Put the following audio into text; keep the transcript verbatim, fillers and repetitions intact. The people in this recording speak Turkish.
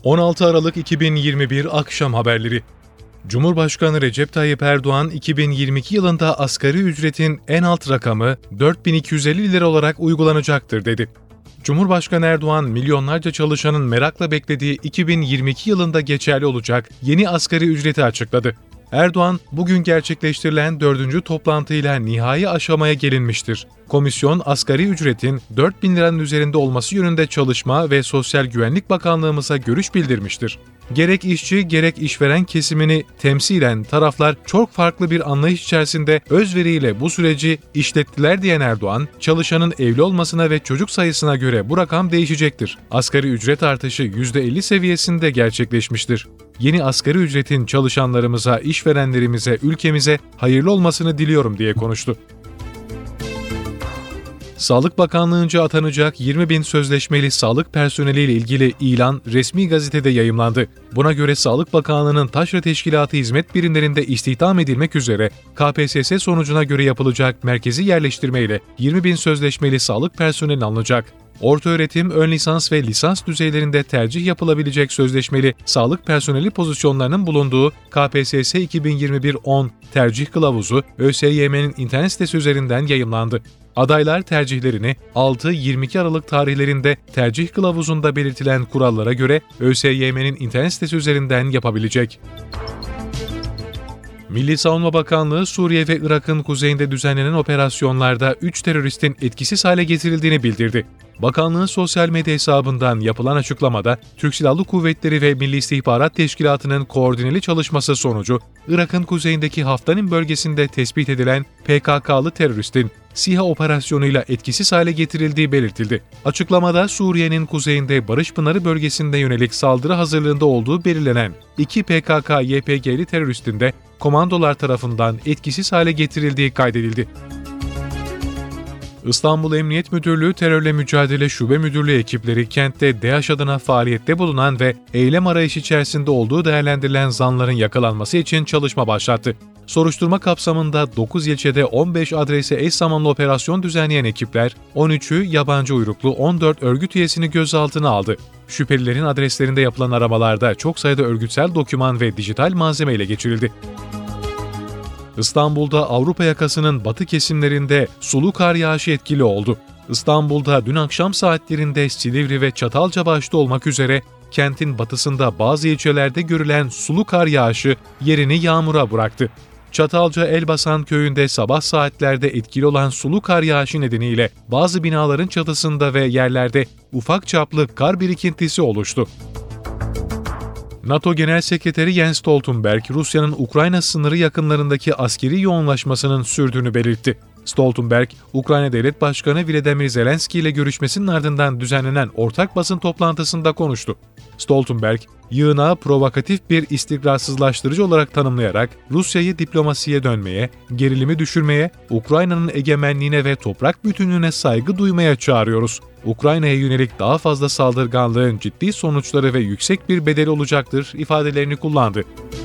on altı Aralık iki bin yirmi bir Akşam Haberleri. Cumhurbaşkanı Recep Tayyip Erdoğan, iki bin yirmi iki yılında asgari ücretin en alt rakamı dört bin iki yüz elli lira olarak uygulanacaktır dedi. Cumhurbaşkanı Erdoğan, milyonlarca çalışanın merakla beklediği iki bin yirmi iki yılında geçerli olacak yeni asgari ücreti açıkladı. Erdoğan, bugün gerçekleştirilen dördüncü toplantıyla nihai aşamaya gelinmiştir. Komisyon, asgari ücretin dört bin liranın üzerinde olması yönünde Çalışma ve Sosyal Güvenlik Bakanlığımıza görüş bildirmiştir. Gerek işçi gerek işveren kesimini temsilen taraflar çok farklı bir anlayış içerisinde özveriyle bu süreci işlettiler diyen Erdoğan, çalışanın evli olmasına ve çocuk sayısına göre bu rakam değişecektir. Asgari ücret artışı yüzde elli seviyesinde gerçekleşmiştir. Yeni asgari ücretin çalışanlarımıza, işverenlerimize, ülkemize hayırlı olmasını diliyorum diye konuştu. Sağlık Bakanlığı'nca atanacak yirmi bin sözleşmeli sağlık personeliyle ilgili ilan resmi gazetede yayımlandı. Buna göre Sağlık Bakanlığı'nın taşra teşkilatı hizmet birimlerinde istihdam edilmek üzere K P S S sonucuna göre yapılacak merkezi yerleştirmeyle yirmi bin sözleşmeli sağlık personeli alınacak. Ortaöğretim, ön lisans ve lisans düzeylerinde tercih yapılabilecek sözleşmeli sağlık personeli pozisyonlarının bulunduğu K P S S iki bin yirmi bir on tercih kılavuzu ÖSYM'nin internet sitesi üzerinden yayımlandı. Adaylar tercihlerini altı yirmi iki Aralık tarihlerinde tercih kılavuzunda belirtilen kurallara göre ÖSYM'nin internet sitesi üzerinden yapabilecek. Milli Savunma Bakanlığı, Suriye ve Irak'ın kuzeyinde düzenlenen operasyonlarda üç teröristin etkisiz hale getirildiğini bildirdi. Bakanlığın sosyal medya hesabından yapılan açıklamada, Türk Silahlı Kuvvetleri ve Milli İstihbarat Teşkilatı'nın koordineli çalışması sonucu, Irak'ın kuzeyindeki Haftanin bölgesinde tespit edilen P K K'lı teröristin SİHA operasyonuyla etkisiz hale getirildiği belirtildi. Açıklamada, Suriye'nin kuzeyinde Barış Pınarı bölgesinde yönelik saldırı hazırlığında olduğu belirlenen iki P K K Y P G'li teröristin de komandolar tarafından etkisiz hale getirildiği kaydedildi. İstanbul Emniyet Müdürlüğü Terörle Mücadele Şube Müdürlüğü ekipleri kentte DAEŞ adına faaliyette bulunan ve eylem arayışı içerisinde olduğu değerlendirilen zanların yakalanması için çalışma başlattı. Soruşturma kapsamında dokuz ilçede on beş adrese eş zamanlı operasyon düzenleyen ekipler, on üçü yabancı uyruklu on dört örgüt üyesini gözaltına aldı. Şüphelilerin adreslerinde yapılan aramalarda çok sayıda örgütsel doküman ve dijital malzeme ele geçirildi. İstanbul'da Avrupa yakasının batı kesimlerinde sulu kar yağışı etkili oldu. İstanbul'da dün akşam saatlerinde Silivri ve Çatalca başta olmak üzere kentin batısında bazı ilçelerde görülen sulu kar yağışı yerini yağmura bıraktı. Çatalca Elbasan köyünde sabah saatlerde etkili olan sulu kar yağışı nedeniyle bazı binaların çatısında ve yerlerde ufak çaplı kar birikintisi oluştu. NATO Genel Sekreteri Jens Stoltenberg, Rusya'nın Ukrayna sınırı yakınlarındaki askeri yoğunlaşmasının sürdüğünü belirtti. Stoltenberg, Ukrayna Devlet Başkanı Volodymyr Zelenski ile görüşmesinin ardından düzenlenen ortak basın toplantısında konuştu. Stoltenberg, yığınağı provokatif bir istikrarsızlaştırıcı olarak tanımlayarak Rusya'yı diplomasiye dönmeye, gerilimi düşürmeye, Ukrayna'nın egemenliğine ve toprak bütünlüğüne saygı duymaya çağırıyoruz. Ukrayna'ya yönelik daha fazla saldırganlığın ciddi sonuçları ve yüksek bir bedeli olacaktır ifadelerini kullandı.